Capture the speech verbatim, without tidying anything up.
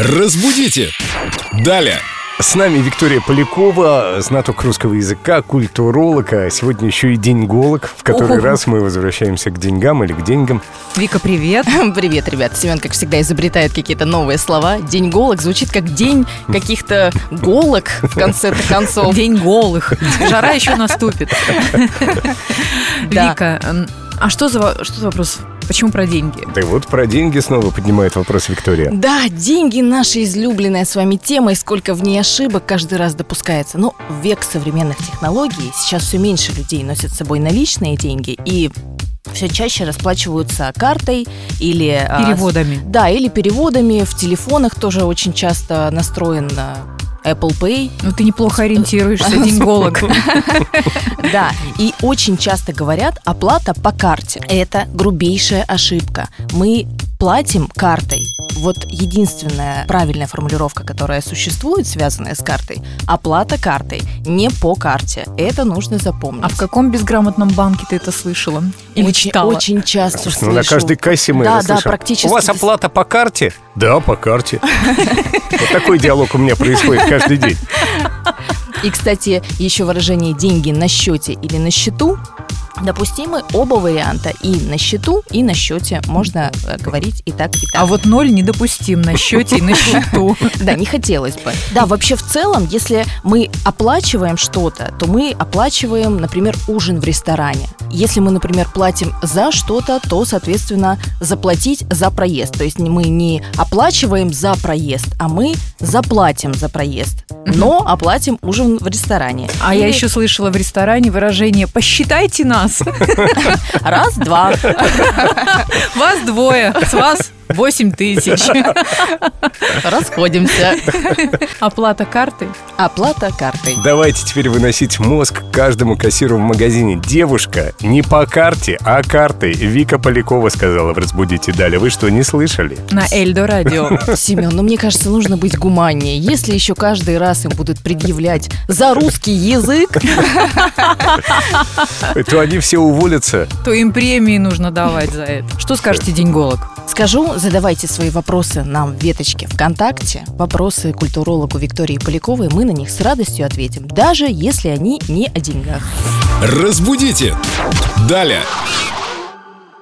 Разбудите! Далее! С нами Виктория Полякова, знаток русского языка, культуролог, а сегодня еще и деньголог. В который Ого. раз мы возвращаемся к деньгам или к деньгам. Вика, привет. Привет, ребят. Семен, как всегда, изобретает какие-то новые слова. Деньголог звучит как день каких-то голок, в конце концов. День голых. Жара еще наступит. Да. Вика, м, а что за, во- что за вопрос? Почему про деньги? Да и вот про деньги снова поднимает вопрос Виктория. Да, деньги — наша излюбленная с вами тема, и сколько в ней ошибок каждый раз допускается. Но в век современных технологий сейчас все меньше людей носят с собой наличные деньги и все чаще расплачиваются картой или... а, Переводами. Да, или переводами. В телефонах тоже очень часто настроен а, Apple Pay. Ну, ты неплохо ориентируешься, деньголог. Да, и очень часто говорят оплата по карте. Это грубейшая ошибка. Мы платим картой. Вот единственная правильная формулировка, которая существует, связанная с картой: оплата картой, не по карте. Это нужно запомнить. А в каком безграмотном банке ты это слышала? Или очень, читала? очень часто Ну, слышу. на каждой кассе мы Да, это да, слышим. практически. У вас оплата по карте? Да, по карте. Вот такой диалог у меня происходит каждый день. И, кстати, еще выражение «деньги на счете» или «на счету» допустимы оба варианта. И на счету, и на счете можно э, говорить и так, и так. А вот ноль недопустим на счете и на счету. Да, не хотелось бы. Да, вообще в целом, если мы оплачиваем что-то, то мы оплачиваем, например, ужин в ресторане. Если мы, например, платим за что-то, то, соответственно, заплатить за проезд. То есть мы не оплачиваем за проезд, а мы заплатим за проезд, но оплатим ужин в ресторане. А я Или еще слышала в ресторане выражение «посчитайте нас». раз, два. Вас двое, с вас восемь тысяч. Расходимся. Оплата картой. Оплата картой. Давайте теперь выносить мозг каждому кассиру в магазине. Девушка, не по карте, а картой. Вика Полякова сказала в «Разбудите далее». Вы что, не слышали? На Эльдо радио. Семен, ну мне кажется, нужно быть гуманнее. Если еще каждый раз им будут предъявлять за русский язык, То они все уволятся. То им премии нужно давать за это. Что скажете, деньголог? скажу, задавайте свои вопросы нам в веточке ВКонтакте. Вопросы культурологу Виктории Поляковой, мы на них с радостью ответим, даже если они не о деньгах. Разбудите! Далее!